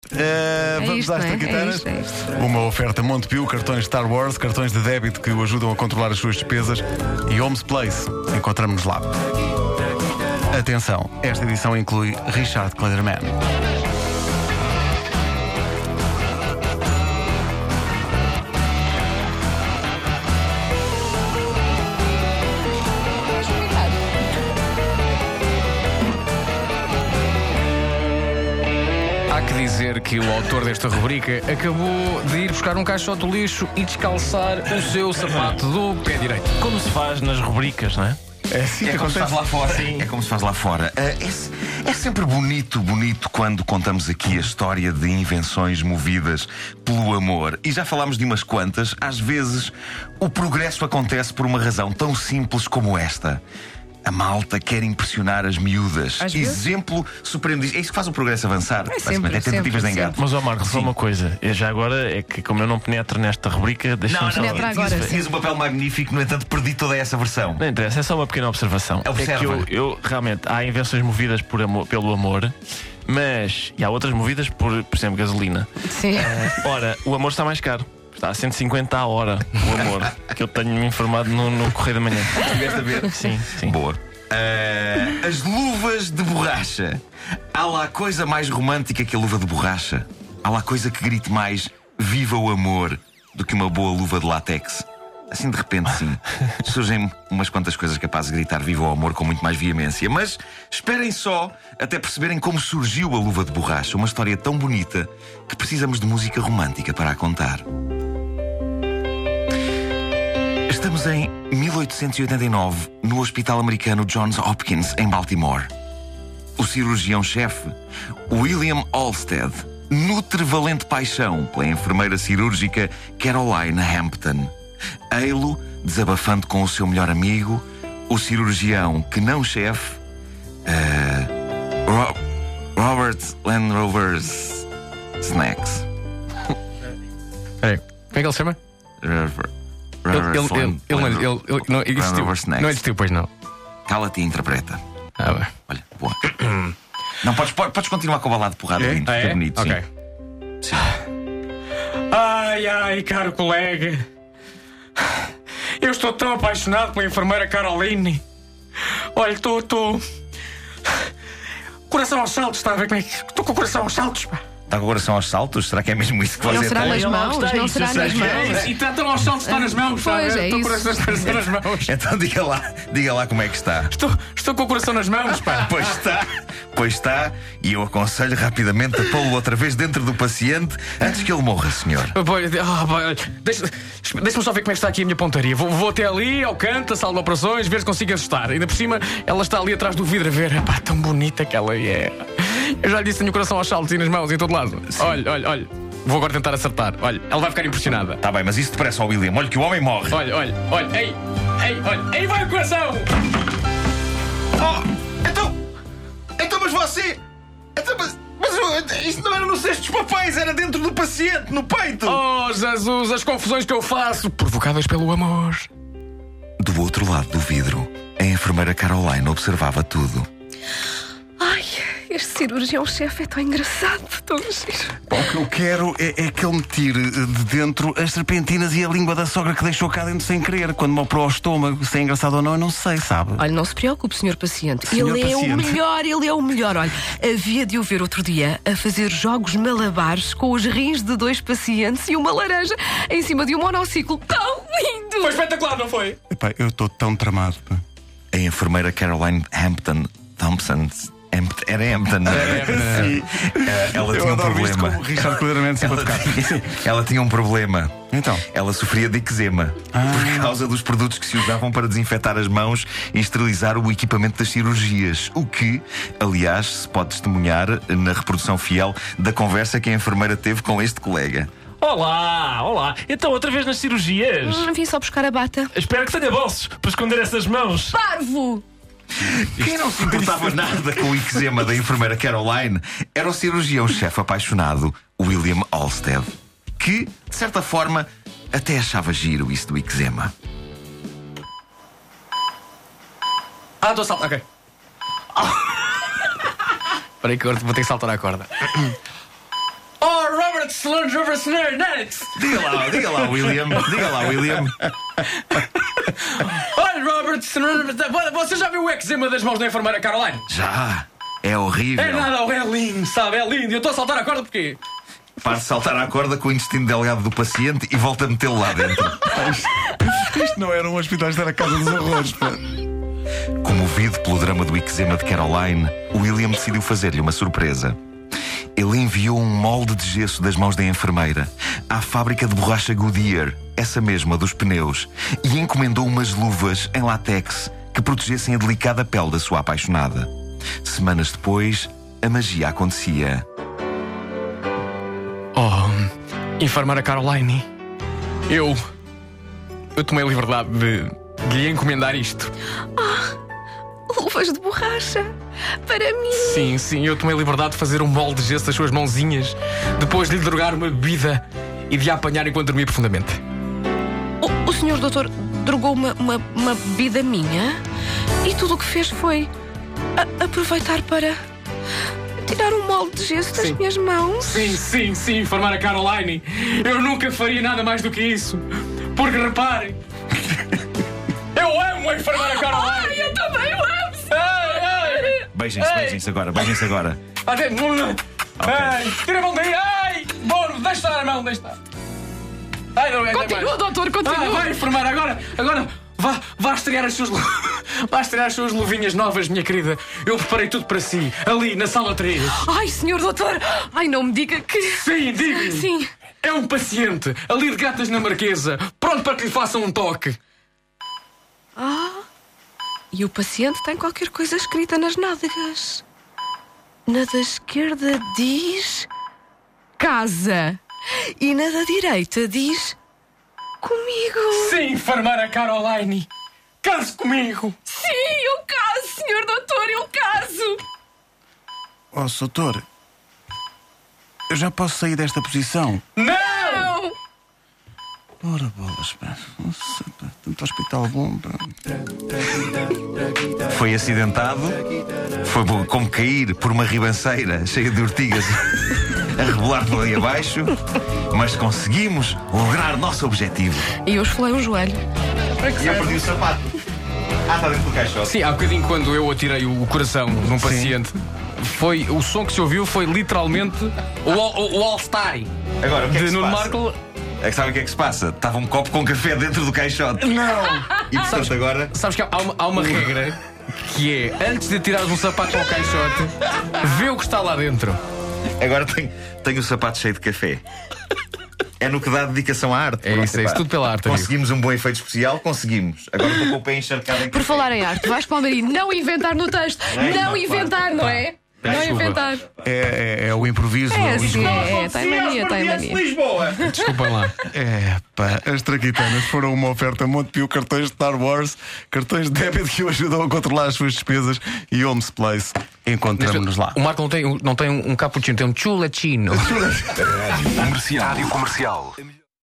Vamos isto, às não é? traquitanas. É isto. Uma oferta Montepio, cartões Star Wars, cartões de débito que o ajudam a controlar as suas despesas e Homes Place. Encontramos-nos lá. Atenção, esta edição inclui Richard Clayderman. Há que dizer que o autor desta rubrica acabou de ir buscar um caixote do lixo e descalçar o seu sapato do pé direito. Como se faz nas rubricas, não é? É assim que É como se faz acontece. lá fora. É como se faz lá fora. É sempre bonito quando contamos aqui a história de invenções movidas pelo amor. E já falámos de umas quantas. Às vezes, o progresso acontece por uma razão tão simples como esta. A malta quer impressionar as miúdas. Às vezes. Exemplo supremo disso. É isso que faz o progresso avançar. sempre, É tentativas de sempre, engate. Mas, ó Marco, só Sim. uma coisa. Já agora é que, como eu não penetro nesta rubrica, deixa-me só. Penetra agora, sim. Tinhas um papel magnífico, no entanto, perdi toda essa versão. Não interessa, é só uma pequena observação. Observa. É que eu realmente há invenções movidas pelo amor, mas e há outras movidas por exemplo, gasolina. Sim. Ora, o amor está mais caro. Está a 150 a hora, o amor. Que eu tenho-me informado no Correio da Manhã. Tiveste a ver? Sim, sim. Boa. As luvas de borracha. Há lá coisa mais romântica que a luva de borracha. Há lá coisa que grite mais viva o amor do que uma boa luva de látex. Assim de repente, sim, surgem umas quantas coisas capazes de gritar viva o amor com muito mais veemência. Mas esperem só até perceberem como surgiu a luva de borracha. Uma história tão bonita que precisamos de música romântica para a contar. Estamos em 1889, no Hospital Americano Johns Hopkins, em Baltimore. O cirurgião-chefe, William Olmsted, nutre valente paixão pela enfermeira cirúrgica Caroline Hampton. Ei-lo desabafando com o seu melhor amigo, o cirurgião que não chefe, Robert Land Rover's Snacks. Peraí, como é que ele se chama? Não existiu, pois não. Cala-te e interpreta. Ah, bem. Olha, boa. Não, podes continuar com a balada de porrada, lindo. Ah, É é? bonito, Ok. sim. Ai, caro colega. Eu estou tão apaixonado pela enfermeira Caroline. Olha, estou. Coração aos saltos, está a ver como é que. Estou com o coração aos saltos, pá. Está com o coração aos saltos? Será que é mesmo isso que Não você será tem? nas mãos? Não será nas mãos? E está tão aos saltos, está nas mãos, Pois, sabe? é Estou com o isso. coração nas mãos. Então diga lá como é que está. Estou com o coração nas mãos, pá. Pois está, e eu aconselho rapidamente a pô-lo outra vez dentro do paciente antes que ele morra, senhor. Deixa-me só ver como é que está aqui a minha pontaria. Vou até ali, ao canto, a sala de operações, ver se consigo assustar. Ainda por cima, ela está ali atrás do vidro a ver. Epá, tão bonita que ela é. Eu já lhe disse, tenho o coração aos saltos e nas mãos, em todo lado. Sim. Olha. Vou agora tentar acertar. Olha, ela vai ficar impressionada. Está bem, mas isso depressa ao William. Olha que o homem morre. Olha. Ei, olha. Aí vai o coração! Então, mas você... Mas isto não era no cesto dos papéis, era dentro do paciente, no peito. Oh, Jesus, as confusões que eu faço, provocadas pelo amor. Do outro lado do vidro, a enfermeira Caroline observava tudo. Ai, este cirurgião-chefe é tão engraçado, tão giro. O que eu quero é que ele me tire de dentro as serpentinas e a língua da sogra que deixou cá dentro sem querer. Quando me operou o estômago, se é engraçado ou não, eu não sei, sabe? Olha, não se preocupe, senhor paciente. Senhor Ele é o paciente. melhor, ele é o melhor. Olha, havia de o ver outro dia a fazer jogos malabares com os rins de 2 pacientes e uma laranja em cima de um monociclo. Tão lindo! Foi espetacular, não foi? Epá, eu estou tão tramado. Pá. A enfermeira Caroline Hampton Thompson. Era Hampton, não era? Sim. Ela tinha um isto problema. como Richard Clayderman sempre a tocar. Ela tinha um problema. Então? Ela sofria de eczema por causa dos produtos que se usavam para desinfetar as mãos e esterilizar o equipamento das cirurgias. O que, aliás, se pode testemunhar na reprodução fiel da conversa que a enfermeira teve com este colega. Olá. Então, outra vez nas cirurgias? Vim só buscar a bata. Espero que tenha bolsos para esconder essas mãos. Parvo! Quem não se importava nada com o eczema da enfermeira Caroline era o cirurgião-chefe apaixonado William Olmsted, que, de certa forma, até achava giro isso do eczema. Estou a saltar, ok. Espera aí que agora vou ter que saltar a corda. Diga lá, William. Diga lá, William. Olha, Robert, você já viu o eczema das mãos da enfermeira Caroline? Já. É horrível. É nada, é lindo, sabe? É lindo. Eu estou a saltar a corda porquê? Para de saltar à corda com o intestino delgado do paciente e volta a metê-lo lá dentro. Isto não era um hospital, isto era a casa dos horrores. Pá. Comovido pelo drama do eczema de Caroline, William decidiu fazer-lhe uma surpresa. Ele enviou um molde de gesso das mãos da enfermeira à fábrica de borracha Goodyear, essa mesma dos pneus, e encomendou umas luvas em látex que protegessem a delicada pele da sua apaixonada. Semanas depois, a magia acontecia. Oh, enfermeira Caroline, eu tomei a liberdade de lhe encomendar isto. Luvas de borracha para mim. Sim, eu tomei a liberdade de fazer um molde de gesso das suas mãozinhas, depois de lhe drogar uma bebida e de a apanhar enquanto dormia profundamente. O senhor doutor drogou uma bebida minha e tudo o que fez foi aproveitar para tirar um molde de gesso das minhas mãos. Sim, enfermeira Caroline, eu nunca faria nada mais do que isso. Porque reparem, eu amo a enfermeira Caroline. Ai, eu também amo. Beijem-se agora. Ai, tira a mão daí. Ai, bom, deixa estar a mão, deixa estar. Ai, não, Continua, doutor, continua. Vai, enfermeira, agora vá estrear as suas vá estrear as suas luvinhas novas, minha querida. Eu preparei tudo para si, ali na sala 3. Ai, senhor doutor. Ai, não me diga que... Sim, diga-lhe. Sim. É um paciente, ali de Gatas na Marquesa, pronto para que lhe façam um toque. E o paciente tem qualquer coisa escrita nas nádegas. Na da esquerda diz... casa. E na da direita diz... comigo. Sim, enfermeira Caroline. Case comigo. Sim, eu caso, senhor doutor, eu caso. Oh, doutor, eu já posso sair desta posição? Não! Ora, bolas, pá. Nossa, pá. Tanto hospital bom, pá. Foi acidentado, foi como cair por uma ribanceira cheia de ortigas a rebolar por ali abaixo, mas conseguimos lograr nosso objetivo. E eu esfolei um joelho. E eu perdi o sapato. Está dentro do caixote. Sim, há bocadinho quando eu atirei o coração num paciente, o som que se ouviu foi literalmente o All-Star Agora, o que é que de se Nuno passa? Marco. É que sabe o que é que se passa? Estava um copo com café dentro do caixote. Não! E portanto agora... Sabes que há uma regra que é, antes de tirares um sapato ao caixote, vê o que está lá dentro. Agora tenho o sapato cheio de café. É no que dá dedicação à arte. É isso, tudo pela arte. Conseguimos um bom efeito especial? Conseguimos. Agora estou com o pé encharcado em Por café. falar em arte, vais Palmeirinho não inventar no texto. Não inventar, não é? Não Desculpa. inventar. É o improviso. É o assim, improviso. tem mania. Lisboa. Desculpem lá. Pá, as traquitanas foram uma oferta Montepio, cartões de Star Wars, cartões de débito que o ajudam a controlar as suas despesas e Homes Place. Encontramos-nos lá. O Marco não tem um cappuccino, tem um chulachino. Rádio Comercial.